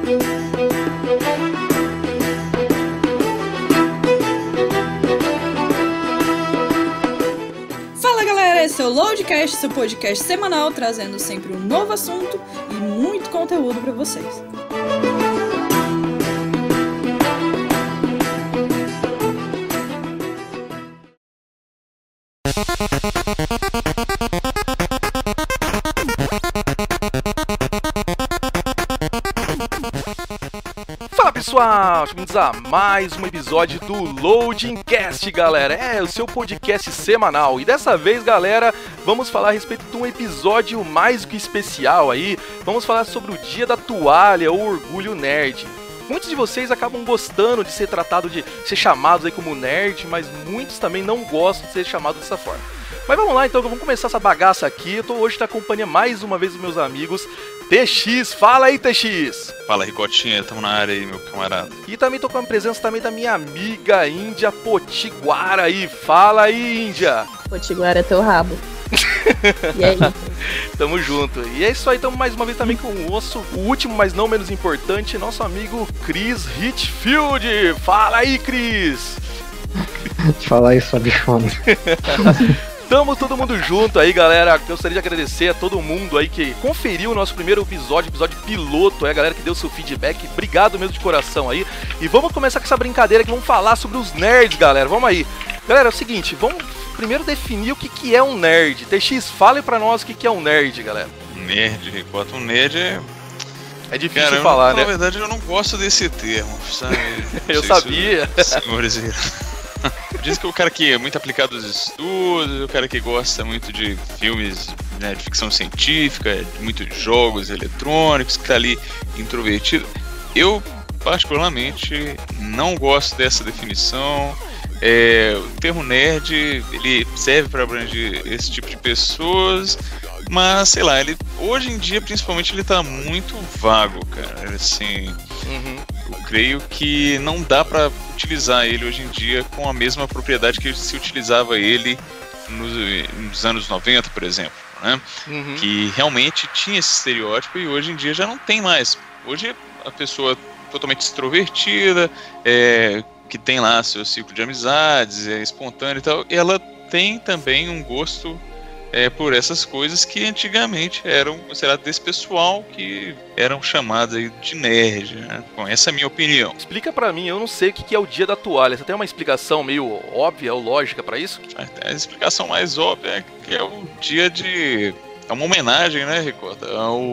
Esse é o Loadcast, seu podcast semanal, trazendo sempre um novo assunto e muito conteúdo para vocês. Fala pessoal, bem-vindos a mais um episódio do Loadcast, galera. É o seu podcast semanal. E dessa vez, galera, vamos falar a respeito de um episódio mais do que especial aí. Vamos falar sobre o Dia da Toalha, o Orgulho Nerd. Muitos de vocês acabam gostando de ser tratados, de ser chamados aí como nerd, mas muitos também não gostam de ser chamados dessa forma. Mas vamos lá então, vamos começar essa bagaça aqui. Eu tô hoje na companhia mais uma vez dos meus amigos TX. Fala aí, TX! Fala, Ricotinha, tamo na área aí, meu camarada. E também tô com a presença também da minha amiga Índia Potiguara aí. Fala aí, Índia! Potiguara é teu rabo. E aí? Tamo junto. E é isso aí, tamo mais uma vez também com o último, mas não menos importante, nosso amigo Chris Hitfield. Fala aí, Chris! Fala aí, sua bichona. Tamo todo mundo junto aí, galera. Gostaria de agradecer a todo mundo aí que conferiu o nosso primeiro episódio piloto, a galera que deu seu feedback. Obrigado mesmo de coração aí. E vamos começar com essa brincadeira que vamos falar sobre os nerds, galera. Vamos aí. Galera, é o seguinte, vamos primeiro definir o que é um nerd. TX, fale pra nós o que é um nerd, galera. Nerd, Ricotta, um nerd é difícil de falar, né? Na verdade, eu não gosto desse termo, sabe? Eu sabia. Senhores diz que o cara que é muito aplicado aos estudos, o cara que gosta muito de filmes, né, de ficção científica, muito de jogos eletrônicos, que tá ali introvertido. Eu, particularmente, não gosto dessa definição. O termo nerd, ele serve para abranger esse tipo de pessoas, mas, sei lá, ele, hoje em dia, principalmente, ele tá muito vago, cara, assim... Eu creio que não dá pra utilizar ele hoje em dia com a mesma propriedade que se utilizava ele nos anos 90, por exemplo, né? Que realmente tinha esse estereótipo e hoje em dia já não tem mais. Hoje a pessoa totalmente extrovertida, que tem lá seu ciclo de amizades, é espontânea e tal, ela tem também um gosto por essas coisas que antigamente eram, sei lá, desse pessoal que eram chamados aí de nerd, né? Bom, essa é a minha opinião. Explica pra mim, eu não sei o que é o Dia da Toalha. Você tem uma explicação meio óbvia ou lógica pra isso? A explicação mais óbvia é que é o dia de... É uma homenagem, né, Ricotta,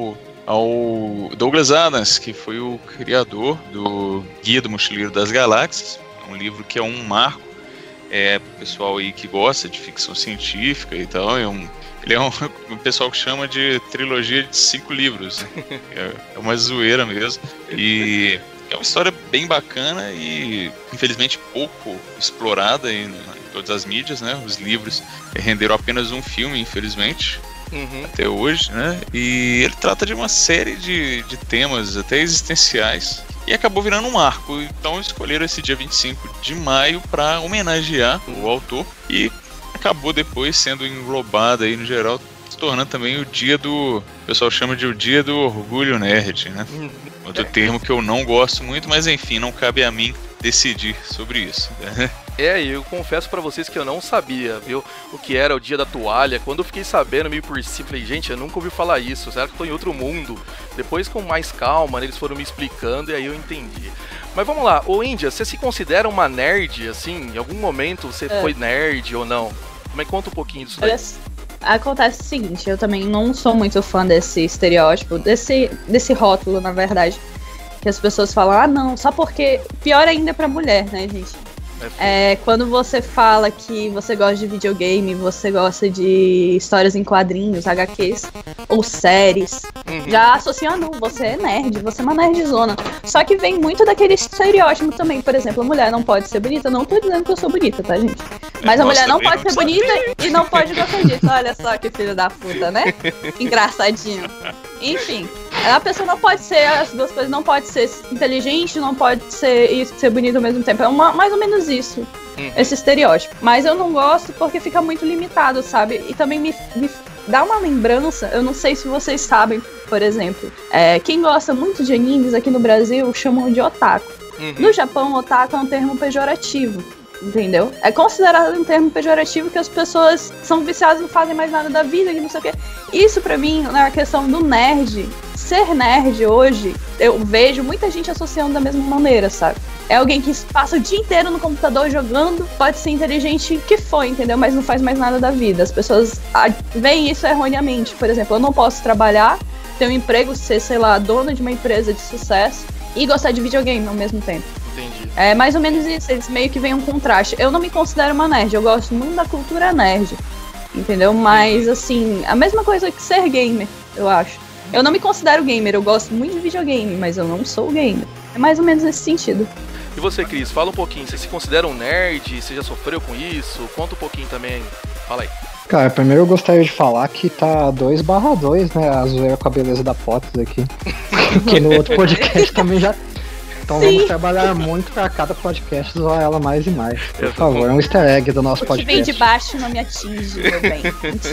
ao Douglas Adams, que foi o criador do Guia do Mochileiro das Galáxias, um livro que é um marco pro pessoal aí que gosta de ficção científica e tal. Ele é um pessoal que chama de trilogia de 5 livros. É uma zoeira mesmo. E é uma história bem bacana e infelizmente pouco explorada aí em todas as mídias, né? Os livros renderam apenas um filme, infelizmente. Até hoje, né? E ele trata de uma série de temas até existenciais e acabou virando um marco. Então escolheram esse dia 25 de maio para homenagear o autor e acabou depois sendo englobado aí no geral, se tornando também o dia do... O pessoal chama de o Dia do Orgulho Nerd, né? Outro termo que eu não gosto muito, mas enfim, não cabe a mim decidir sobre isso. Eu confesso pra vocês que eu não sabia, viu, o que era o Dia da Toalha. Quando eu fiquei sabendo meio por si, falei, gente, eu nunca ouvi falar isso, será que eu tô em outro mundo? Depois, com mais calma, eles foram me explicando e aí eu entendi. Mas vamos lá, ô Índia, você se considera uma nerd, assim, em algum momento você foi nerd ou não? Como é que conta um pouquinho disso daí? Acontece o seguinte, eu também não sou muito fã desse estereótipo, desse rótulo, na verdade, que as pessoas falam, não, só porque... Pior ainda pra mulher, né, gente? Quando você fala que você gosta de videogame, você gosta de histórias em quadrinhos, HQs ou séries, já associa, não, você é nerd, você é uma nerdzona. Só que vem muito daquele estereótipo também. Por exemplo, a mulher não pode ser bonita. Não tô dizendo que eu sou bonita, tá, gente? Mas a mulher não pode ser bonita e não pode gostar disso. Olha só que filho da puta, né? Que engraçadinho. Enfim, a pessoa não pode ser as duas coisas, não pode ser inteligente, não pode ser bonita ao mesmo tempo. É mais ou menos isso, esse estereótipo. Mas eu não gosto porque fica muito limitado, sabe? E também me dá uma lembrança, eu não sei se vocês sabem, por exemplo, quem gosta muito de animes aqui no Brasil chamam de otaku. No Japão, otaku é um termo pejorativo, entendeu? É considerado um termo pejorativo que as pessoas são viciadas, não fazem mais nada da vida, que não sei o quê. Isso pra mim, na questão do nerd, ser nerd hoje, eu vejo muita gente associando da mesma maneira, sabe? É alguém que passa o dia inteiro no computador jogando, pode ser inteligente que foi, entendeu? Mas não faz mais nada da vida. As pessoas veem isso erroneamente. Por exemplo, eu não posso trabalhar, ter um emprego, ser, sei lá, dona de uma empresa de sucesso e gostar de videogame ao mesmo tempo. Entendi. É mais ou menos isso, eles meio que veem um contraste. Eu não me considero uma nerd, eu gosto muito da cultura nerd, entendeu? Mas, assim, a mesma coisa que ser gamer, eu acho. Eu não me considero gamer, eu gosto muito de videogame, mas eu não sou gamer. É mais ou menos nesse sentido. E você, Cris, fala um pouquinho, você se considera um nerd? Você já sofreu com isso? Conta um pouquinho também, fala aí. Cara, primeiro eu gostaria de falar que tá 2/2, né, a zoeira com a beleza da Potus aqui. Porque no outro podcast também já... Então vamos trabalhar muito pra cada podcast zoar ela mais e mais. Por favor, é um easter egg do nosso podcast. O que vem de baixo não me atinge, meu bem.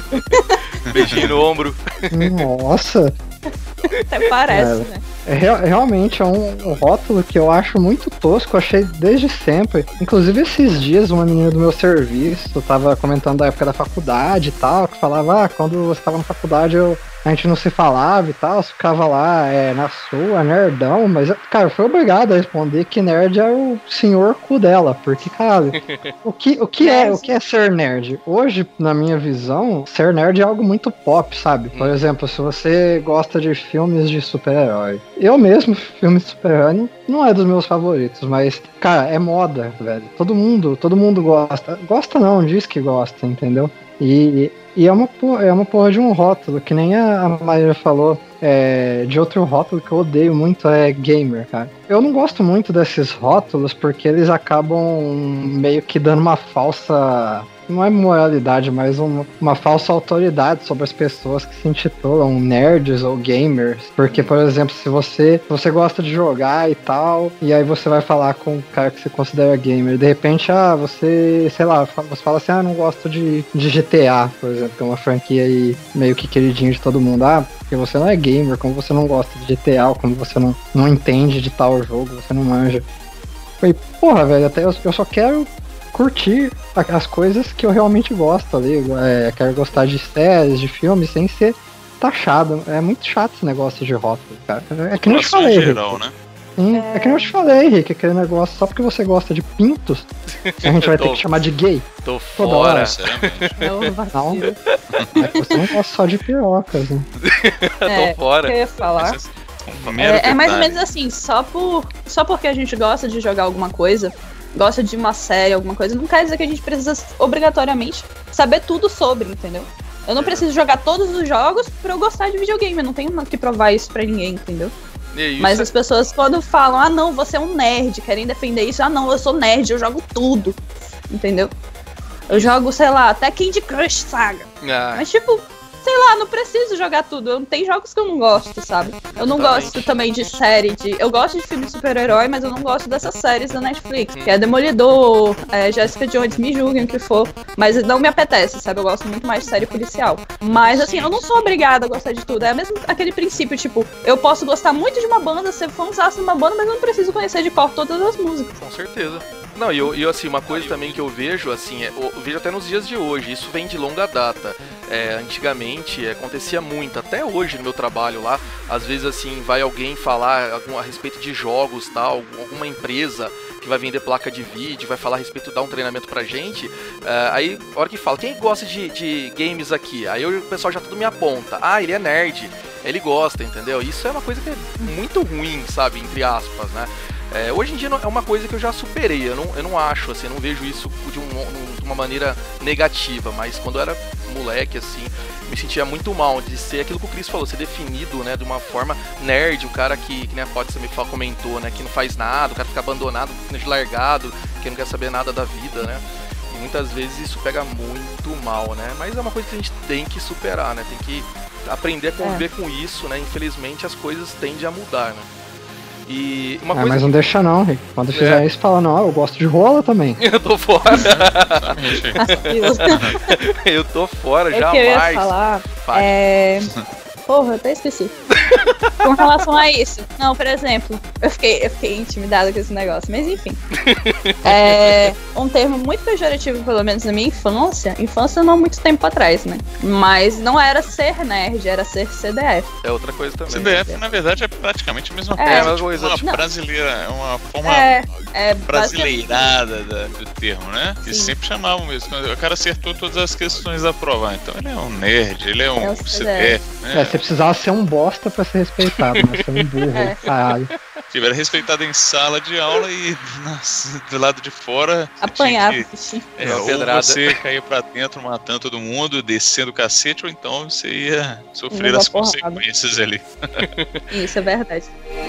Beijinho no ombro. Nossa! Até parece, né? Realmente é um rótulo que eu acho muito tosco, eu achei desde sempre. Inclusive esses dias uma menina do meu serviço tava comentando da época da faculdade e tal, que falava, quando você tava na faculdade a gente não se falava e tal, você ficava lá na sua, nerdão, mas, cara, eu fui obrigado a responder que nerd é o senhor cu dela, porque, cara, o que é ser nerd? Hoje, na minha visão, ser nerd é algo muito pop, sabe? Por exemplo, se você gosta de filmes de super-herói, eu mesmo, filme de super-herói, não é dos meus favoritos, mas, cara, é moda, velho. Todo mundo gosta. Gosta não, diz que gosta, entendeu? E é uma porra de um rótulo, que nem a Maria falou, de outro rótulo que eu odeio muito, é gamer, cara. Eu não gosto muito desses rótulos porque eles acabam meio que dando uma falsa... Não é moralidade, mas uma falsa autoridade sobre as pessoas que se intitulam nerds ou gamers. Porque, por exemplo, se você gosta de jogar e tal, e aí você vai falar com um cara que você considera gamer, de repente, você, sei lá, você fala assim, não gosto de GTA, por exemplo, que é uma franquia aí meio que queridinha de todo mundo. Porque você não é gamer, como você não gosta de GTA, ou como você não entende de tal jogo, você não manja. Falei, porra, velho, até eu só quero curtir as coisas que eu realmente gosto ali. Quero gostar de séries, de filmes, sem ser taxado. É muito chato esse negócio de rótulo, cara. É que nem eu te falei, geral, né? Sim, é que nem eu te falei, Rick, aquele negócio, só porque você gosta de pintos, a gente vai ter que chamar de gay. Tô fora. Não, é que você não gosta só de pirocas, né? Tô fora. Eu ia falar. É mais ou menos assim, só porque a gente gosta de jogar alguma coisa, gosta de uma série, alguma coisa, não quer dizer que a gente precisa obrigatoriamente saber tudo sobre, entendeu? Eu não preciso jogar todos os jogos pra eu gostar de videogame, eu não tenho que provar isso pra ninguém, entendeu? Mas as pessoas quando falam, não, você é um nerd, querem defender isso, não, eu sou nerd, eu jogo tudo, entendeu? Eu jogo, sei lá, até Candy Crush Saga. Mas tipo, sei lá, não preciso jogar tudo. Tem jogos que eu não gosto, sabe? Eu não gosto também de série eu gosto de filme de super-herói, mas eu não gosto dessas séries da Netflix, que é Demolidor, Jessica Jones, me julguem o que for, mas não me apetece, sabe? Eu gosto muito mais de série policial. Mas assim, eu não sou obrigada a gostar de tudo. É mesmo aquele princípio, tipo, eu posso gostar muito de uma banda, ser fãzaço de uma banda, mas eu não preciso conhecer de cor todas as músicas. Com certeza. Não, e eu assim, uma coisa também que eu vejo, assim, eu vejo até nos dias de hoje, isso vem de longa data. Antigamente acontecia muito, até hoje no meu trabalho lá, às vezes assim, vai alguém falar a respeito de jogos, tal, alguma empresa que vai vender placa de vídeo, vai falar a respeito, dar um treinamento pra gente, aí, a hora que fala, quem gosta de games aqui? Aí o pessoal já tudo me aponta, ele é nerd, ele gosta, entendeu? Isso é uma coisa que é muito ruim, sabe, entre aspas, né? Hoje em dia é uma coisa que eu já superei, eu não acho, assim, eu não vejo isso de uma maneira negativa, mas quando eu era moleque, assim, me sentia muito mal de ser aquilo que o Chris falou, ser definido, né, de uma forma nerd, o cara que nem a Pots também comentou, né, que não faz nada, o cara fica abandonado, largado, que não quer saber nada da vida, né, e muitas vezes isso pega muito mal, né, mas é uma coisa que a gente tem que superar, né, tem que aprender a conviver com isso, né, infelizmente as coisas tendem a mudar, né. E uma coisa... Mas não deixa não, Rick. Quando fizer isso, fala, não, eu gosto de rola também. Eu tô fora. Eu tô fora, jamais. Que eu ia falar, Porra, eu até esqueci. Com relação a isso. Não, por exemplo, eu fiquei intimidada com esse negócio, mas enfim. Um termo muito pejorativo, pelo menos na minha infância não há muito tempo atrás, né? Mas não era ser nerd, era ser CDF. É outra coisa também. CDF, na verdade, é praticamente a mesma coisa. É uma coisa, uma brasileira, é uma forma brasileirada do termo, né? Que sempre chamavam mesmo. O cara acertou todas as questões da prova. Então ele é um nerd, ele é um CDF, né? Você precisava ser um bosta pra ser respeitado, mas ser um burro, caralho. Tiveram respeitado em sala de aula e do lado de fora apanhava. Ou você caía pra dentro matando todo mundo, descendo o cacete, ou então você ia sofrer as consequências ali. Isso é verdade.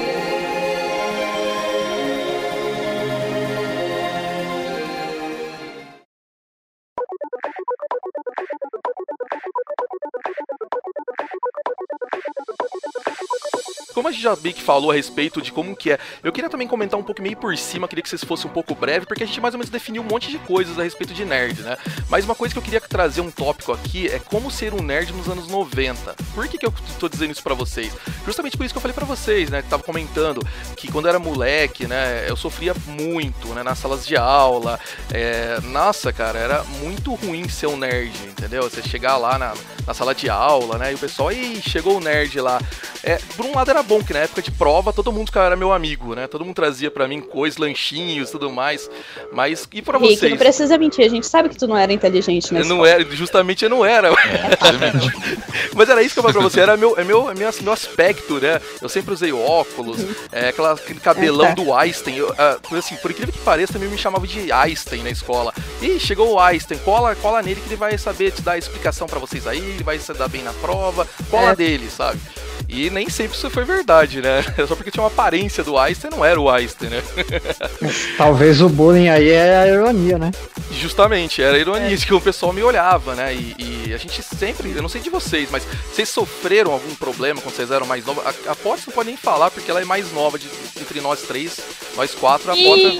Como a gente já bem que falou a respeito de como que é, eu queria também comentar um pouco meio por cima, queria que vocês fossem um pouco breve, porque a gente mais ou menos definiu um monte de coisas a respeito de nerd, né? Mas uma coisa que eu queria trazer um tópico aqui é como ser um nerd nos anos 90. Por que eu tô dizendo isso pra vocês? Justamente por isso que eu falei pra vocês, né? Que tava comentando que quando eu era moleque, né? Eu sofria muito, né? Nas salas de aula. Nossa, cara, era muito ruim ser um nerd, entendeu? Você chegar lá na sala de aula, né? E o pessoal, chegou o nerd lá. Por um lado era bom, que na época de prova todo mundo era meu amigo, né? Todo mundo trazia pra mim coisas, lanchinhos, tudo mais. Mas, e pra vocês? Rick, não precisa mentir, a gente sabe que tu não era inteligente, né? Não era, justamente eu não era. Mas era isso que eu falei pra você, era meu aspecto, né? Eu sempre usei óculos, aquele cabelão do Einstein. Assim, por incrível que pareça, também me chamava de Einstein na escola. E chegou o Einstein, cola nele que ele vai saber te dar a explicação pra vocês aí, ele vai se dar bem na prova, cola dele, sabe? E nem sempre isso foi verdade, né? Só porque tinha uma aparência do Einstein, não era o Einstein, né? Talvez o bullying aí é a ironia, né? Justamente, era a ironia de que o pessoal me olhava, né? E a gente sempre, eu não sei de vocês, mas vocês sofreram algum problema quando vocês eram mais novos? A Potts não pode nem falar, porque ela é mais nova entre nós três, nós quatro,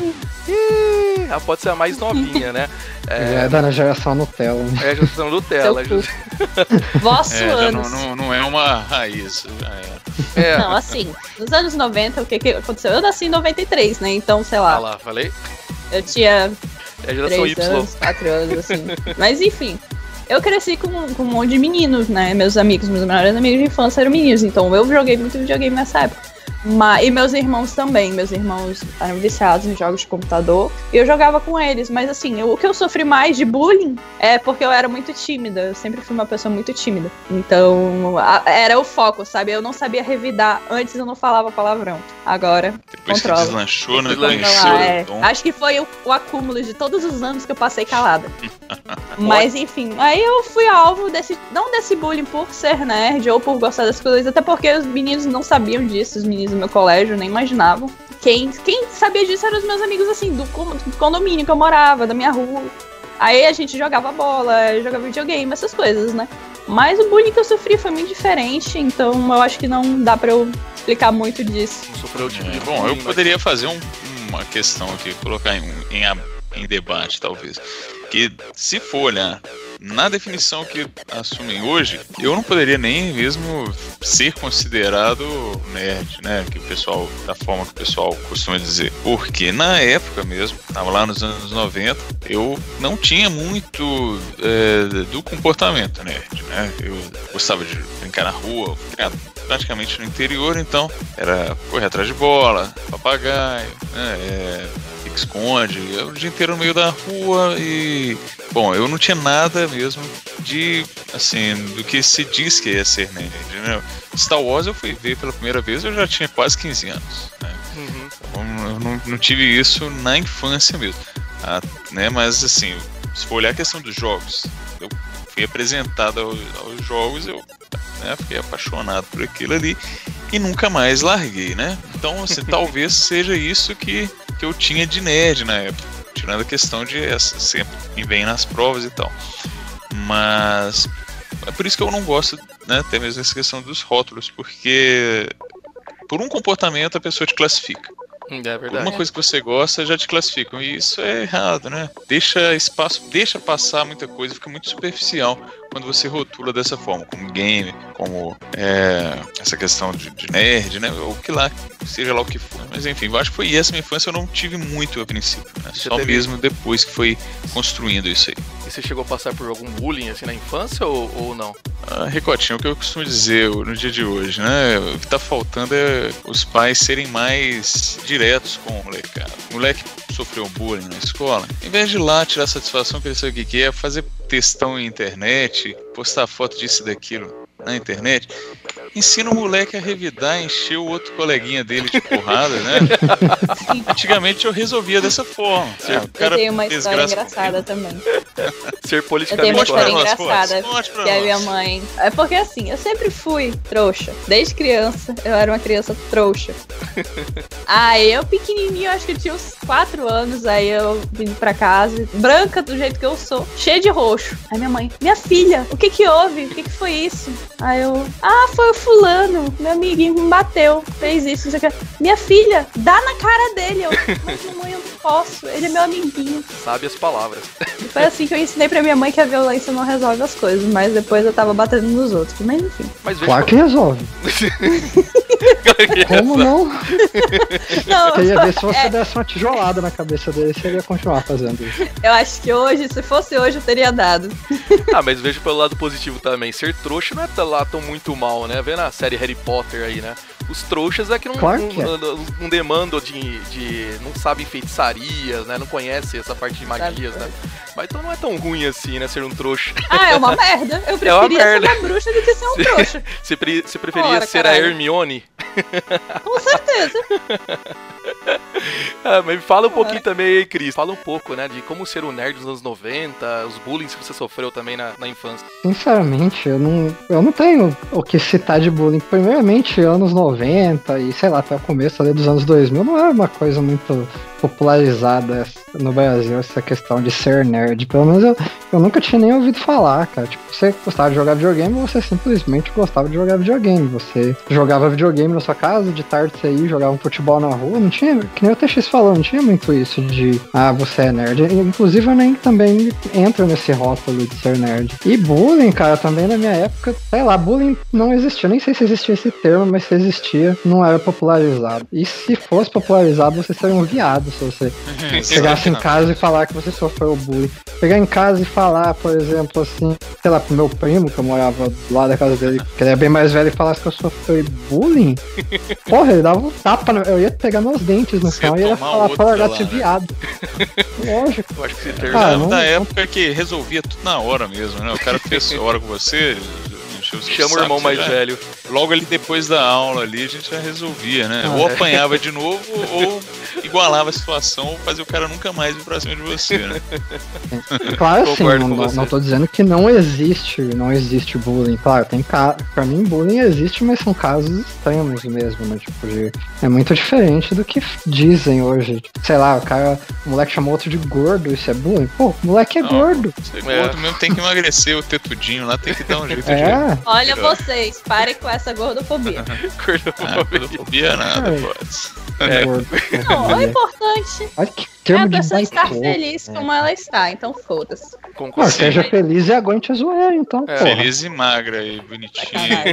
a Potts é a mais novinha, né? É da geração Nutella, né? É a geração Nutella. Vosso anos. Não é uma raiz. Não, assim, nos anos 90, o que aconteceu? Eu nasci em 93, né? Então, sei lá. Ah lá, falei? Eu tinha a geração 3 anos, 4 anos, assim. Mas, enfim, eu cresci com um monte de meninos, né? Meus melhores amigos de infância eram meninos. Então, eu joguei muito videogame nessa época. E meus irmãos também. Meus irmãos eram viciados em jogos de computador. E eu jogava com eles. Mas assim, o que eu sofri mais de bullying é porque eu era muito tímida. Eu sempre fui uma pessoa muito tímida. Então, era o foco, sabe? Eu não sabia revidar. Antes eu não falava palavrão. Agora, depois controla. Deslanchou, né? Acho que foi o acúmulo de todos os anos que eu passei calada. Mas enfim, aí eu fui alvo não desse bullying por ser nerd ou por gostar das coisas. Até porque os meninos não sabiam disso. Os meninos do meu colégio nem imaginavam. Quem sabia disso eram os meus amigos, assim, do condomínio que eu morava, da minha rua. Aí a gente jogava bola, jogava videogame, essas coisas, né? Mas o bullying que eu sofri foi muito diferente, então eu acho que não dá pra eu explicar muito disso. Não sofreu tipo de bom, eu poderia fazer uma questão aqui, colocar em debate, talvez. Que se for olhar na definição que assumem hoje, eu não poderia nem mesmo ser considerado nerd, né? Da forma que o pessoal costuma dizer. Porque na época mesmo, tava lá nos anos 90, eu não tinha muito do comportamento nerd, né? Eu gostava de brincar na rua, criado praticamente no interior, então era correr atrás de bola, papagaio, né? Esconde, o dia inteiro no meio da rua e... Bom, eu não tinha nada mesmo do que se diz que é ser nerd, né? Star Wars eu fui ver pela primeira vez, eu já tinha quase 15 anos, né? Então, eu não tive isso na infância mesmo, né? Mas assim, se for olhar a questão dos jogos, eu fui apresentado aos jogos, eu fiquei apaixonado por aquilo ali e nunca mais larguei, né? Então, assim, talvez seja isso que eu tinha de nerd na época, tirando a questão de sempre ir bem nas provas e tal. Mas é por isso que eu não gosto, né, até mesmo essa questão dos rótulos, porque por um comportamento a pessoa te classifica. É verdade. Alguma coisa que você gosta já te classificam. E isso é errado, né? Deixa espaço, deixa passar muita coisa, fica muito superficial quando você rotula dessa forma, como game, como essa questão de nerd, né? Ou que lá, seja lá o que for. Mas enfim, eu acho que foi essa minha infância, eu não tive muito a princípio, né? Só mesmo depois que foi construindo isso aí. E você chegou a passar por algum bullying assim na infância ou não? Ricotinho, o que eu costumo dizer no dia de hoje, né? O que tá faltando é os pais serem mais diretos com o molecado. O moleque sofreu bullying na escola, em vez de ir lá tirar satisfação, pensar o que é, fazer textão na internet, postar foto disso e daquilo na internet, ensina o moleque a revidar, encher o outro coleguinha dele de porrada, né? Antigamente eu resolvia dessa forma. Eu tenho uma história engraçada também. Ser Eu tenho politicamente uma história correto. engraçada que a minha mãe... É porque assim, eu sempre fui trouxa. Desde criança, eu era uma criança trouxa. Aí eu pequenininho, acho que eu tinha uns 4 anos, aí eu vim pra casa, branca do jeito que eu sou, cheia de roxo. Aí minha mãe, minha filha, o que que houve? O que que foi isso? Aí eu, foi o fulano, meu amiguinho me bateu, fez isso, não sei o que. Minha filha, dá na cara dele. Eu, mas mamãe, eu não posso, ele é meu amiguinho. Sabe as palavras. E foi assim que eu ensinei pra minha mãe que a violência não resolve as coisas, mas depois eu tava batendo nos outros, mas enfim. Mas Claro que resolve. Como não? Não, Eu ia ver se você desse uma tijolada na cabeça dele, se ele ia continuar fazendo isso. eu acho que hoje, se fosse hoje, eu teria dado. Mas vejo pelo lado positivo também. Ser trouxa não é lá tão muito mal, né? Vendo a série Harry Potter aí, né? Os trouxas é que não, Claro que não demandam não sabem feitiçarias, né? Não conhecem essa parte de magias, né? Mas então não é tão ruim assim, né? Ser um trouxa. É uma merda. Eu preferia ser uma bruxa do que ser um trouxa. Você preferia ser a Hermione? Com certeza. Mas me fala um pouquinho também, Cris. Fala um pouco, né? De como ser um nerd dos anos 90, os bullying que você sofreu também na infância. Sinceramente, eu não tenho o que citar de bullying. Primeiramente, anos 90 e, sei lá, até o começo ali dos anos 2000, não era uma coisa muito popularizada no Brasil, essa questão de ser nerd. Pelo menos eu nunca tinha nem ouvido falar, cara. Tipo, você gostava de jogar videogame, você simplesmente gostava de jogar videogame. Você jogava videogame na sua casa, de tarde você ia, jogava um futebol na rua, não tinha, que nem o TX falou, não tinha muito isso de, você é nerd. Inclusive eu nem também entro nesse rótulo de ser nerd. E bullying, cara, também na minha época, sei lá, bullying não existia, nem sei se existia esse termo, mas se existia, não era popularizado. E se fosse popularizado, você seria um viado se você chegasse em casa e falar que você sofreu bullying. Pegar em casa e falar, por exemplo, assim, sei lá, pro meu primo, que eu morava do lado da casa dele, que ele é bem mais velho, e falasse que eu sofri bullying, porra, ele dava um tapa, eu ia pegar meus dentes no chão e ia falar pra largar de ser viado. Lógico. Eu acho que você da época que resolvia tudo na hora mesmo, né? O cara fez a hora com você, chama o irmão mais velho. Logo ali depois da aula ali, a gente já resolvia, né? Ou apanhava de novo, ou igualava a situação, ou fazia o cara nunca mais ir pra cima de você, né? Claro, assim, não tô dizendo que não existe bullying. Claro, pra mim bullying existe, mas são casos extremos mesmo, né? Tipo, é muito diferente do que dizem hoje. Tipo, sei lá, o moleque chamou outro de gordo, isso é bullying? Pô, o moleque é gordo. Ser gordo mesmo tem que emagrecer o tetudinho lá, tem que dar um jeito de... Olha vocês, parem com essa gordofobia. Gordofobia nada, pode. Não, o importante é a pessoa estar feliz como ela está, então foda-se. Seja feliz e aguente a zoeira, então. Feliz e magra e bonitinha.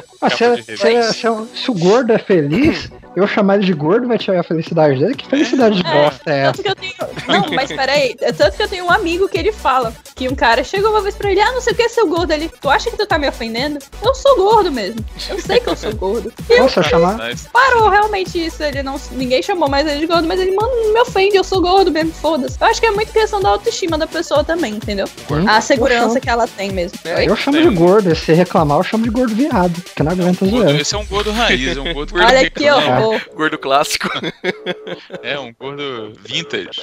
Se o gordo é feliz, eu chamar ele de gordo vai tirar a felicidade dele? Que felicidade de bosta é essa? Não, mas peraí, tanto que eu tenho um amigo que ele fala que um cara chegou uma vez pra ele, não sei o que é seu gordo, ele, tu acha que tu tá me ofendendo? Eu sou gordo mesmo, eu sei que eu sou gordo. E nossa, chamar... Parou realmente isso, ninguém chamou mais ele de gordo, mas ele, mano, não me ofende, eu sou gordo mesmo, foda-se. Eu acho que é muito questão da autoestima da pessoa também, entendeu? A segurança que ela tem mesmo. Eu chamo de gordo, se reclamar eu chamo de gordo viado, porque não aguenta zoeira. Esse é um gordo raiz, é um gordo olha que horror. Gordo clássico. É, um gordo vintage.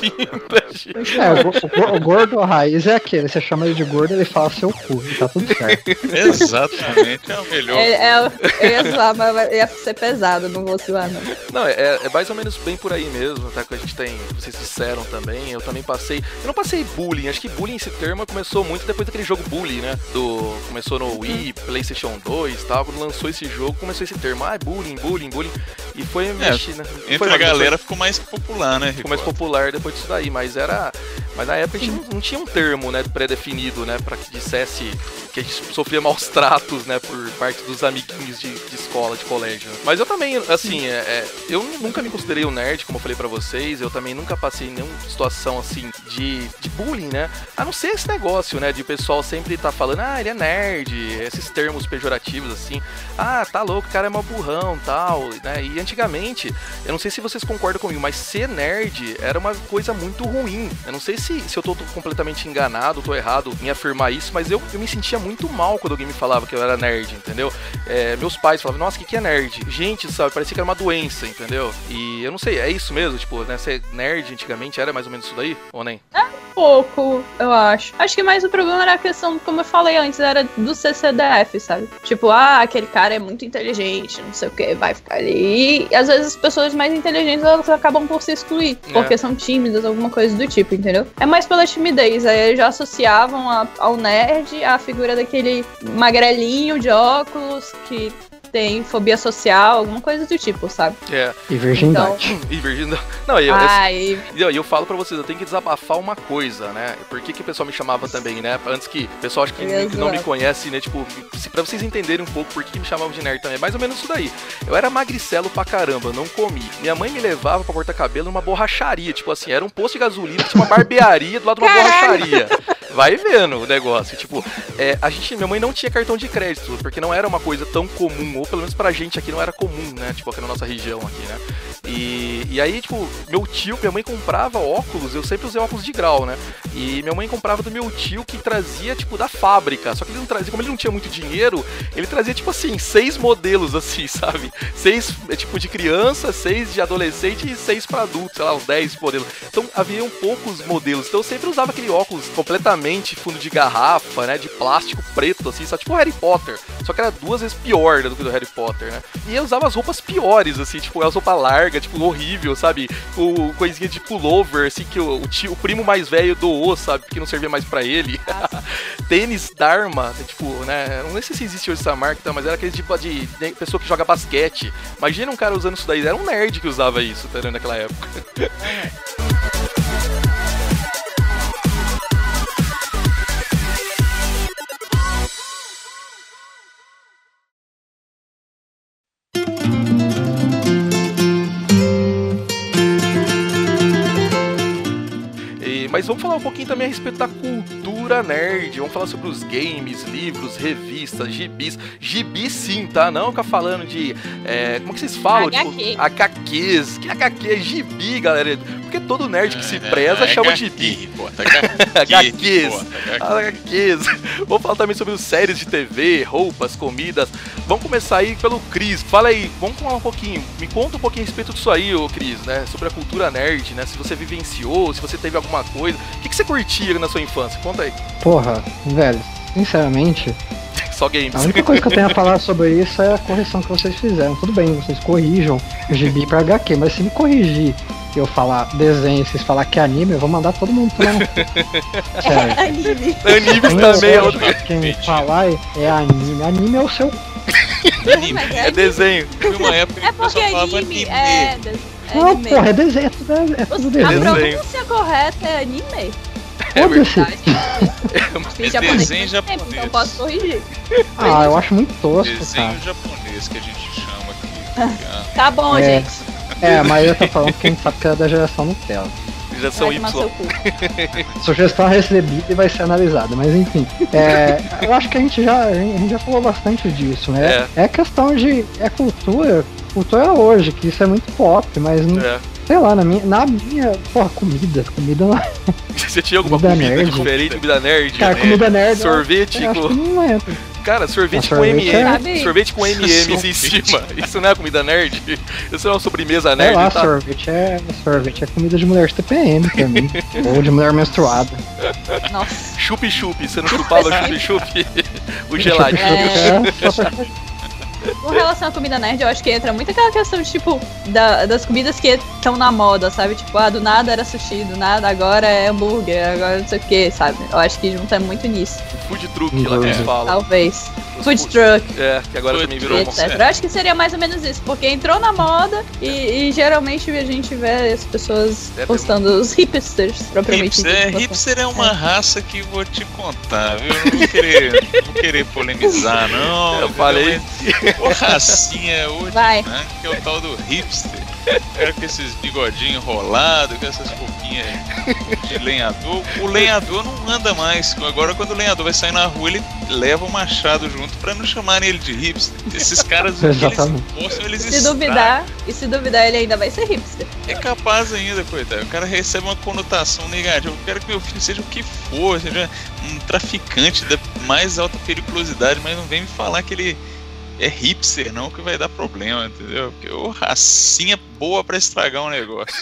O gordo raiz é aquele, você chama ele de gordo, ele fala seu cu, e tá tudo certo. Exatamente, é o melhor. Eu ia zoar, mas ia ser pesado, não vou zoar não. Não, é mais ou menos bem por aí mesmo, tá? Que a gente tem nem vocês disseram também, eu também passei... Eu não passei bullying, acho que bullying, esse termo, começou muito depois daquele jogo Bully, né? Começou no Wii, PlayStation 2 e tal, quando lançou esse jogo, começou esse termo, bullying, e foi mexer, né? Entre a galera ficou mais popular, né? Ficou mais popular depois disso daí, mas na época a gente não tinha um termo, né, pré-definido, né, pra que dissesse que a gente sofria maus tratos, né, por parte dos amiguinhos de escola, de colégio. Mas eu também, assim, eu nunca me considerei um nerd, como eu falei pra vocês, eu também nunca passei em nenhuma situação, assim, de bullying, né, a não ser esse negócio, né, de o pessoal sempre tá falando, ele é nerd, esses termos pejorativos, assim, tá louco, o cara é mó burrão, tal, né, e antigamente, eu não sei se vocês concordam comigo, mas ser nerd era uma coisa muito ruim. Eu não sei se eu tô completamente enganado, tô errado em afirmar isso, mas eu me sentia muito mal quando alguém me falava que eu era nerd, entendeu? Meus pais falavam, nossa, o que é nerd? Gente, sabe, parecia que era uma doença, entendeu? E eu não sei, é isso mesmo? Tipo, né, ser nerd antigamente era mais ou menos isso daí? Ou nem? Pouco, eu acho. Acho que mais o problema era a questão, como eu falei antes, era do CCDF, sabe? Tipo, aquele cara é muito inteligente, não sei o que, vai ficar ali. E às vezes as pessoas mais inteligentes, elas acabam por se excluir, porque são tímidas, alguma coisa do tipo, entendeu? É mais pela timidez, aí eles já associavam ao nerd a figura daquele magrelinho de óculos que tem fobia social, alguma coisa do tipo, sabe? E virgindade. E virgindade. Não, eu falo pra vocês, eu tenho que desabafar uma coisa, né? Por que o pessoal me chamava também, né? Antes que o pessoal acho que não me conhece, né? Tipo, pra vocês entenderem um pouco por que me chamavam de nerd também. É mais ou menos isso daí. Eu era magricelo pra caramba, não comi. Minha mãe me levava pra cortar cabelo numa borracharia. Tipo assim, era um posto de gasolina, tinha uma barbearia do lado de uma borracharia. Vai vendo o negócio. Tipo, minha mãe não tinha cartão de crédito, porque não era uma coisa tão comum, ou pelo menos pra gente aqui não era comum, né? Tipo, aqui na nossa região aqui, né? E aí, tipo, minha mãe comprava óculos, eu sempre usei óculos de grau, né? E minha mãe comprava do meu tio que trazia, tipo, da fábrica. Só que ele não trazia, como ele não tinha muito dinheiro, ele trazia, tipo assim, 6 modelos, assim, sabe? 6, tipo, de criança, 6 de adolescente e 6 pra adulto, sei lá, uns 10 modelos. Então, haviam poucos modelos. Então, eu sempre usava aquele óculos completamente fundo de garrafa, né? De plástico preto, assim, só tipo o Harry Potter. Só que era 2 vezes pior do que do Harry Potter, né? E eu usava as roupas piores, assim, tipo, as roupas largas, tipo, horrível, sabe? Coisinha de pullover, assim, que o primo mais velho doou, sabe? Porque não servia mais pra ele. Tênis Dharma, tipo, né? Não sei se existe hoje essa marca, mas era aquele tipo de pessoa que joga basquete. Imagina um cara usando isso daí, era um nerd que usava isso, tá, naquela época. Mas vamos falar um pouquinho também a respeito da cultura nerd. Vamos falar sobre os games, livros, revistas, gibis. Gibi sim, tá? Não ficar falando de... como que vocês falam? HQ. Tipo, HQs. Que HQ é gibi, galera? Porque todo nerd que se preza chama de gibi. HQs. Vamos falar também sobre as séries de TV, roupas, comidas. Vamos começar aí pelo Cris. Fala aí, vamos falar um pouquinho. Me conta um pouquinho a respeito disso aí, ô Cris, né? Sobre a cultura nerd, né? Se você vivenciou, se você teve alguma coisa. O que você curtia na sua infância? Conta aí. Porra, velho, sinceramente... Só games. A única coisa que eu tenho a falar sobre isso é a correção que vocês fizeram. Tudo bem, vocês corrijam o gibi pra HQ, mas se me corrigir e eu falar desenho e vocês falar que é anime, eu vou mandar todo mundo tomar no cu. Sério. Animes também é outro. Quem falar é anime. Anime é o seu... Anime. É desenho. Uma época é porque anime é... Não, porra, é desenho, é tudo desenho. A pronúncia correta é anime? Foda-se. É desenho japonês. Então posso corrigir. Eu acho muito tosco, desenho cara. japonês que a gente chama aqui. Tá bom, gente. Mas eu tô falando que a gente sabe que é da geração Nutella. Geração Y. Sugestão recebida e vai ser analisada, mas enfim. Eu acho que a gente já falou bastante disso, né? É questão de... É cultura hoje, que isso é muito pop, mas não... Sei lá, na minha porra, comida não é. Você tinha alguma comida diferente, comida nerd? Cara, comida nerd. Sorvete com... Não é. Cara, sorvete com M&M. Sorvete com M&M's em cima. Isso não é comida nerd? Isso não é uma sobremesa nerd? Sei lá, sorvete é comida de mulher de TPM pra mim. Ou de mulher menstruada. Nossa. Chup-chup. Você não chupava chup-chup? O geladinho. Com relação à comida nerd, eu acho que entra muito aquela questão de, tipo, das comidas que estão na moda, sabe? Tipo, do nada era sushi, do nada agora é hambúrguer, agora não sei o que, sabe? Eu acho que junta muito nisso. Food truck, lá que eles falam. Talvez. Food truck. Que agora também virou etc. Eu acho que seria mais ou menos isso, porque entrou na moda e geralmente a gente vê as pessoas postando os hipsters, propriamente dito. Hipster é uma raça que vou te contar, viu? Eu não vou querer polemizar, não. Eu falei. Ô, racinha hoje, vai. Né? Que é o tal do hipster. Quero com esses bigodinhos enrolados, com essas roupinhas de lenhador. O lenhador não anda mais. Agora, quando o lenhador vai sair na rua, ele leva o machado junto pra não chamarem ele de hipster. Esses caras, eles postam, eles estragam. E se duvidar, ele ainda vai ser hipster. É capaz ainda, coitado. O cara recebe uma conotação negativa. Eu quero que meu filho seja o que for, seja um traficante da mais alta periculosidade, mas não vem me falar que ele é hipster, não, que vai dar problema, entendeu? Porque racinha boa pra estragar um negócio.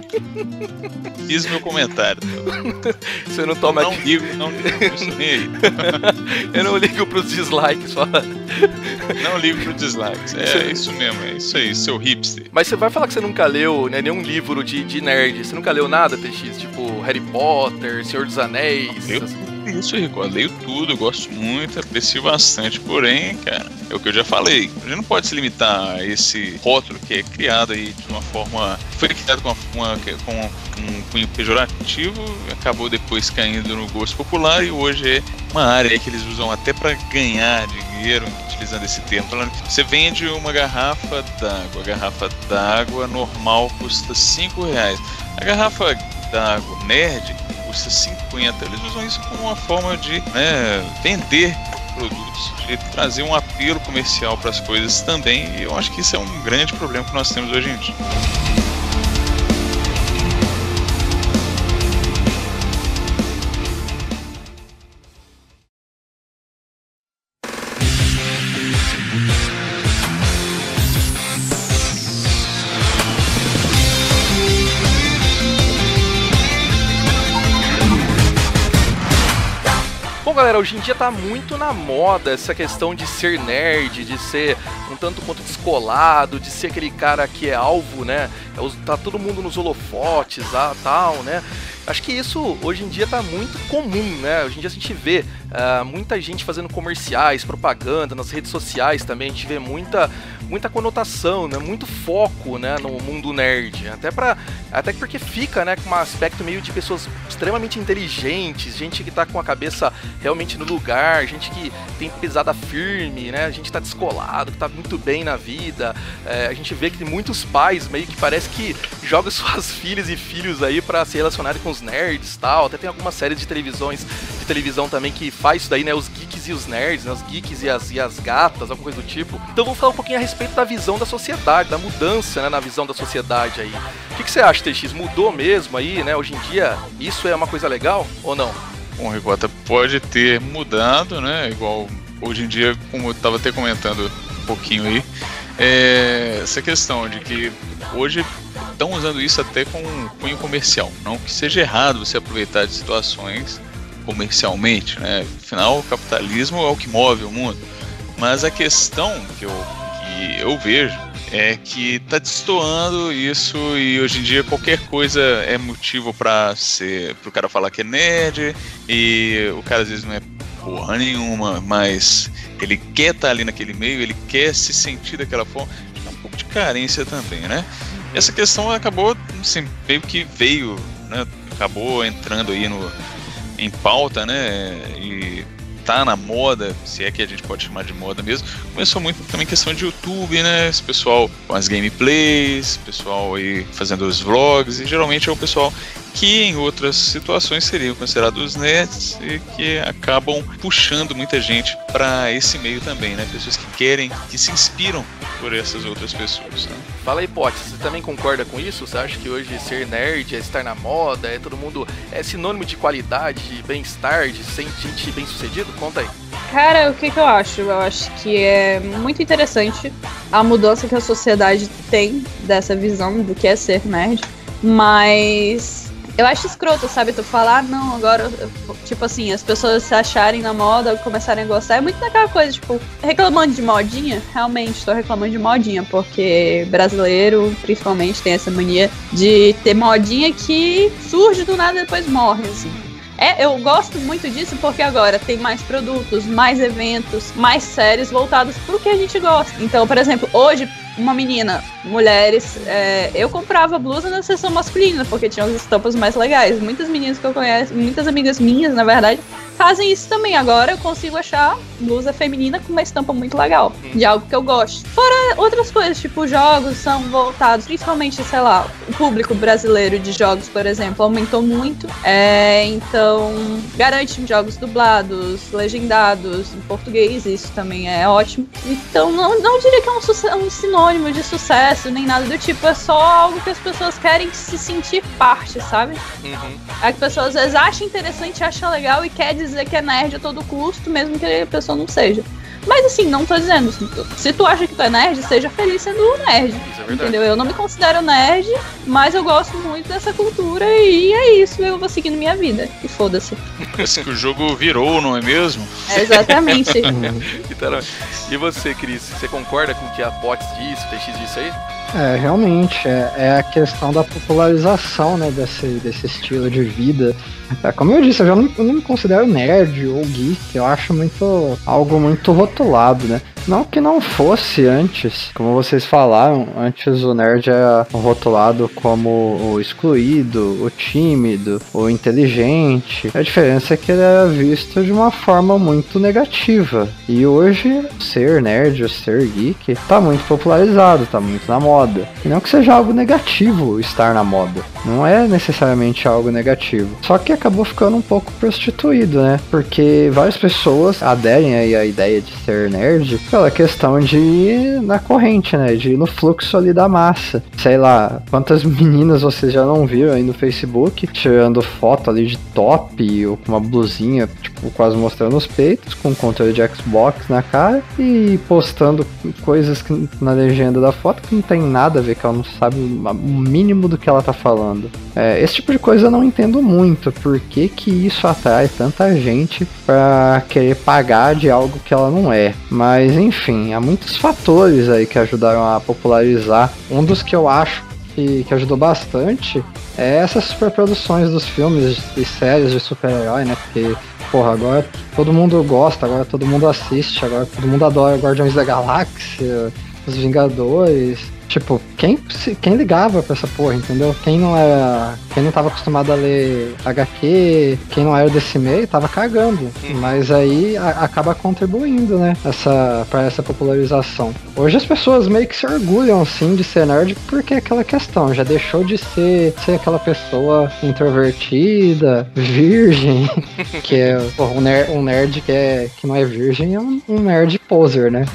Fiz meu comentário. Você não toma não ligo, isso nem. Eu não ligo pros dislikes, fala. Não ligo pros dislikes. É isso mesmo, é isso aí, seu hipster. Mas você vai falar que você nunca leu, né, nenhum livro de nerd? Você nunca leu nada, TX? Tipo Harry Potter, Senhor dos Anéis? Isso, Rico, eu leio tudo, gosto muito, aprecio bastante, porém, cara, é o que eu já falei, a gente não pode se limitar a esse rótulo que é criado aí de uma forma, foi criado com um cunho pejorativo, acabou depois caindo no gosto popular e hoje é uma área aí que eles usam até para ganhar dinheiro, utilizando esse termo, falando que você vende uma garrafa d'água, a garrafa d'água normal custa R$5, a garrafa d'água nerd custa 50. Eles usam isso como uma forma de vender produtos, de trazer um apelo comercial para as coisas também, e eu acho que isso é um grande problema que nós temos hoje em dia. Galera, hoje em dia tá muito na moda essa questão de ser nerd, de ser um tanto quanto descolado, de ser aquele cara que é alvo, né? Tá todo mundo nos holofotes, tal, né? Acho que isso hoje em dia tá muito comum, né? Hoje em dia a gente vê muita gente fazendo comerciais, propaganda, nas redes sociais também, a gente vê muita conotação, né? Muito foco, né, no mundo nerd. Até porque fica, né, com um aspecto meio de pessoas extremamente inteligentes, gente que tá com a cabeça realmente no lugar, gente que tem pisada firme, né? A gente tá descolado, que tá muito bem na vida. A gente vê que muitos pais meio que parece que jogam suas filhas e filhos aí pra se relacionarem com os nerds e tal. Até tem algumas séries de televisão também que faz isso daí, né? Os geeks e os nerds, né? Os geeks e as gatas, alguma coisa do tipo. Então vamos falar um pouquinho a respeito da visão da sociedade, da mudança, né, na visão da sociedade aí. O que você acha, TX? Mudou mesmo aí, né? Hoje em dia, isso é uma coisa legal ou não? Bom, Ricota, pode ter mudado, né? Igual hoje em dia, como eu estava até comentando um pouquinho aí, essa questão de que hoje estão usando isso até com cunho comercial. Não que seja errado você aproveitar de situações comercialmente, né? Afinal, o capitalismo é o que move o mundo. Mas a questão que eu vejo é que tá destoando isso, e hoje em dia qualquer coisa é motivo pro cara falar que é nerd, e o cara às vezes não é porra nenhuma, mas ele quer estar ali naquele meio, ele quer se sentir daquela forma. É um pouco de carência também, né? Essa questão acabou, assim, meio que veio, né? Acabou entrando aí em pauta, né? E tá na moda, se é que a gente pode chamar de moda mesmo. Começou muito também questão de YouTube, né? Esse pessoal com as gameplays, pessoal aí fazendo os vlogs, e geralmente é o pessoal que em outras situações seriam considerados nerds e que acabam puxando muita gente para esse meio também, né? Pessoas que se inspiram por essas outras pessoas, né? Fala aí, Pote, você também concorda com isso? Você acha que hoje ser nerd é estar na moda, todo mundo é sinônimo de qualidade, de bem-estar, de ser gente bem-sucedido? Conta aí. Cara, o que eu acho? Eu acho que é muito interessante a mudança que a sociedade tem dessa visão do que é ser nerd, mas Eu acho escroto, sabe? Tu falar, não, agora, tipo assim, as pessoas se acharem na moda, começarem a gostar. É muito daquela coisa, tipo, reclamando de modinha. Realmente, tô reclamando de modinha, porque brasileiro, principalmente, tem essa mania de ter modinha que surge do nada e depois morre, assim. Eu gosto muito disso porque agora tem mais produtos, mais eventos, mais séries voltadas pro que a gente gosta. Então, por exemplo, hoje, uma menina, mulheres, eu comprava blusa na seção masculina, porque tinha as estampas mais legais. Muitas meninas que eu conheço, muitas amigas minhas, na verdade, fazem isso também. Agora eu consigo achar blusa feminina com uma estampa muito legal, de algo que eu gosto. Fora outras coisas, tipo, jogos são voltados, principalmente, sei lá, o público brasileiro de jogos, por exemplo, aumentou muito. Então, garante jogos dublados, legendados em português, isso também é ótimo. Então, não diria que é um sinônimo de sucesso, nem nada do tipo, é só algo que as pessoas querem se sentir parte, sabe? É que a pessoa às vezes acha interessante, acha legal e quer dizer que é nerd a todo custo, mesmo que a pessoa não seja. Mas assim, não tô dizendo, se tu acha que tu é nerd, seja feliz sendo nerd, entendeu? Eu não me considero nerd, mas eu gosto muito dessa cultura e é isso, eu vou seguindo minha vida, e foda-se. Parece que o jogo virou, não é mesmo? Exatamente. E você, Cris, você concorda com o que a Potts disse, o TX disse aí? Realmente, é a questão da popularização, né, desse estilo de vida. Como eu disse, eu não me considero nerd ou geek, eu acho algo muito rotulado, né? Não que não fosse antes, como vocês falaram, antes o nerd era rotulado como o excluído, o tímido, o inteligente. A diferença é que ele era visto de uma forma muito negativa. E hoje, ser nerd ou ser geek tá muito popularizado, tá muito na moda. E não que seja algo negativo estar na moda. Não é necessariamente algo negativo. Só que acabou ficando um pouco prostituído, né? Porque várias pessoas aderem aí à ideia de ser nerd pela questão de ir na corrente, né? De ir no fluxo ali da massa. Sei lá, quantas meninas vocês já não viram aí no Facebook tirando foto ali de top ou com uma blusinha, tipo, quase mostrando os peitos, com controle de Xbox na cara e postando coisas que, na legenda da foto que não tem nada a ver, que ela não sabe o mínimo do que ela tá falando. Esse tipo de coisa eu não entendo muito. Por que isso atrai tanta gente pra querer pagar de algo que ela não é? Mas enfim, há muitos fatores aí que ajudaram a popularizar. Um dos que eu acho que ajudou bastante é essas superproduções dos filmes e séries de super-herói, né? Porque, porra, agora todo mundo gosta, agora todo mundo assiste, agora todo mundo adora Guardiões da Galáxia, Os Vingadores. Tipo, quem ligava pra essa porra, entendeu? Quem não tava acostumado a ler HQ, quem não era desse meio, tava cagando. Mas aí acaba contribuindo, né? Pra essa popularização. Hoje as pessoas meio que se orgulham, assim, de ser nerd, porque é aquela questão, já deixou de ser aquela pessoa introvertida, virgem, que é um nerd que não é virgem, é um nerd poser, né?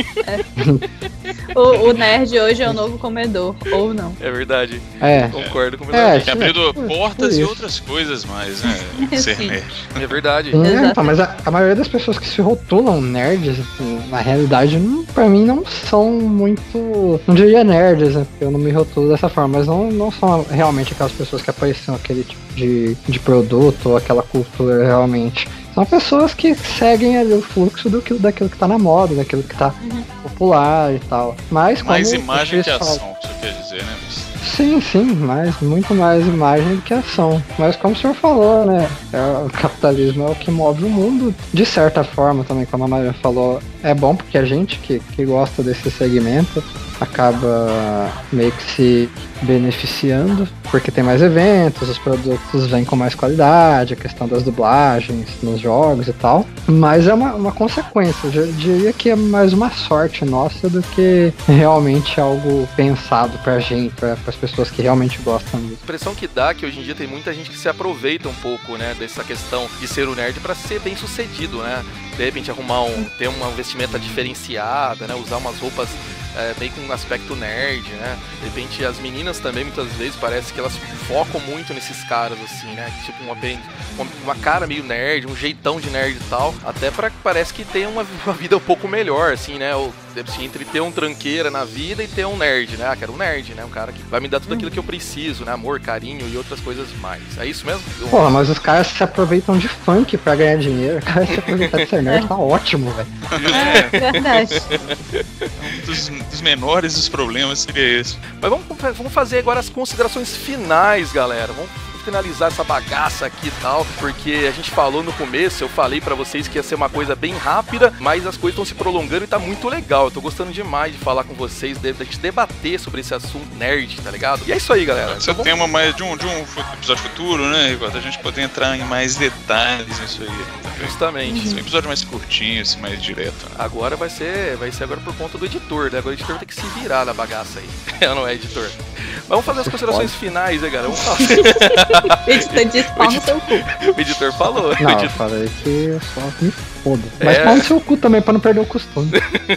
O nerd hoje é o novo comedor, ou não. É verdade. Concordo com o abrindo portas e outras coisas mais, né? Ser nerd. É verdade. Então, mas a maioria das pessoas que se rotulam nerds, assim, na realidade, pra mim não são muito, não diria nerds, né? Porque eu não me rotulo dessa forma, mas não são realmente aquelas pessoas que apreciam aquele tipo de produto ou aquela cultura realmente. São pessoas que seguem ali o fluxo daquilo que tá na moda, daquilo que tá popular e tal. Mas mais imagem que ação, você quer dizer, né? Sim, muito mais imagem do que ação. Mas como o senhor falou, né? O capitalismo é o que move o mundo. De certa forma também, como a Maria falou, é bom porque a gente que gosta desse segmento acaba meio que se beneficiando, porque tem mais eventos, os produtos vêm com mais qualidade, a questão das dublagens nos jogos e tal. Mas é uma consequência, eu diria que é mais uma sorte nossa do que realmente algo pensado pra gente, para as pessoas que realmente gostam disso. A impressão que dá é que hoje em dia tem muita gente que se aproveita um pouco, né, dessa questão de ser o nerd pra ser bem sucedido, né? De repente ter uma vestimenta diferenciada, né? Usar umas roupas meio com um aspecto nerd, né? De repente as meninas também, muitas vezes, parece que elas focam muito nesses caras, assim, né? Tipo, uma cara meio nerd, um jeitão de nerd e tal, até pra que parece que tem uma vida um pouco melhor, assim, né? Ou, assim, entre ter um tranqueira na vida e ter um nerd, né? Ah, quero um nerd, né? Um cara que vai me dar tudo aquilo que eu preciso, né? Amor, carinho e outras coisas mais. É isso mesmo? Porra, mas os caras se aproveitam de funk pra ganhar dinheiro. O cara se aproveitar de ser nerd tá ótimo, velho. É verdade. Um dos menores dos problemas seria esse. Mas vamos fazer agora as considerações finais, galera. Vamos finalizar essa bagaça aqui e tal, porque a gente falou no começo, eu falei pra vocês que ia ser uma coisa bem rápida, mas as coisas estão se prolongando e tá muito legal. Eu tô gostando demais de falar com vocês, da gente debater sobre esse assunto nerd, tá ligado? E é isso aí, galera. Esse é o tema mais de um episódio futuro, né, Igor? A gente poder entrar em mais detalhes nisso aí. Tá? Justamente. Um episódio mais curtinho, assim, mais direto. Né? Agora vai ser agora por conta do editor, né? Agora o editor vai ter que se virar na bagaça aí. Não é, editor? Mas vamos fazer as considerações finais, né, galera? Vamos fazer. Editor disse pau no seu cu. O editor falou. Não, eu falei que eu só me foda. Mas pau no seu cu também, pra não perder o costume.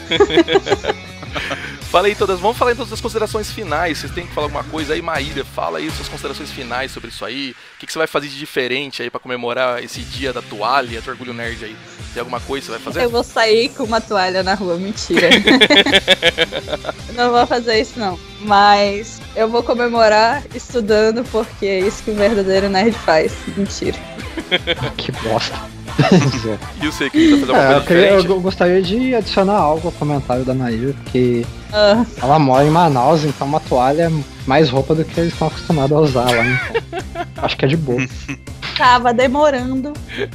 Vamos falar em todas as considerações finais. Vocês têm que falar alguma coisa aí, Maíra? Fala aí suas considerações finais sobre isso aí. O que você vai fazer de diferente aí pra comemorar esse dia da toalha, do Orgulho Nerd aí? Tem alguma coisa que você vai fazer? Eu vou sair com uma toalha na rua, mentira. Não vou fazer isso não. Mas eu vou comemorar estudando, porque é isso que o verdadeiro nerd faz. Mentira. Que bosta. E você que vai fazer alguma coisa diferente? Eu gostaria de adicionar algo ao comentário da Maíra, porque ela mora em Manaus, então uma toalha é mais roupa do que eles estão acostumados a usar lá. Então, acho que é de boa. Tava demorando.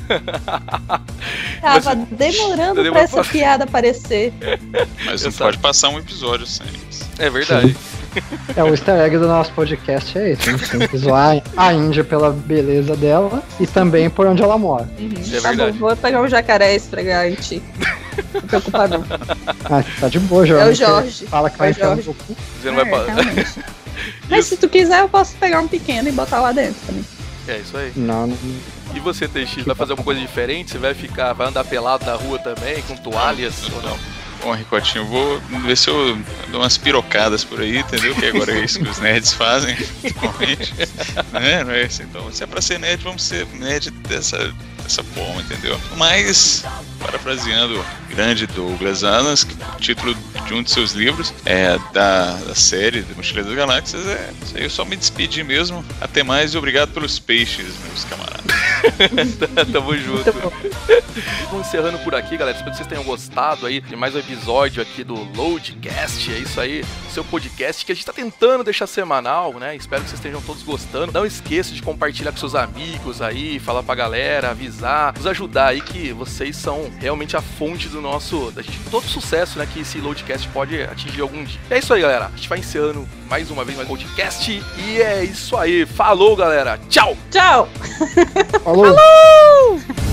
Pra essa piada aparecer. Mas não pode passar um episódio sem isso. É verdade. O easter egg do nosso podcast é esse. A gente tem que zoar a Índia pela beleza dela e também por onde ela mora. É verdade. Bom, vou pegar um jacaré e espregar em ti. Não preocupa não. Tá de boa, Jorge. É o Jorge. Fala que vai entrar no cu. Você não vai Mas se tu quiser, eu posso pegar um pequeno e botar lá dentro também. É isso aí. Não. E você, TX, vai fazer alguma coisa diferente? Você vai andar pelado na rua também, com toalhas ou não? Bom, Ricotinho, vou ver se eu dou umas pirocadas por aí, entendeu? Que agora é isso que os nerds fazem, principalmente. Né? Não é assim? Então, se é pra ser nerd, vamos ser nerd dessa forma, entendeu? Mas, parafraseando o grande Douglas Adams, o título de um de seus livros da série de Mochileiro das Galáxias isso aí, eu só me despedi mesmo. Até mais e obrigado pelos peixes, meus camaradas. Tamo junto. Vamos encerrando por aqui, galera. Espero que vocês tenham gostado aí de mais um episódio aqui do Loadcast. É isso aí, seu podcast que a gente tá tentando deixar semanal, né? Espero que vocês estejam todos gostando. Não esqueça de compartilhar com seus amigos aí, falar pra galera, avisar, nos ajudar aí, que vocês são realmente a fonte do todo sucesso, né, que esse Loadcast pode atingir algum dia. É isso aí, galera. A gente vai encerrando mais uma vez mais um Loadcast e é isso aí. Falou, galera. Tchau! Tchau! Falou! Falou!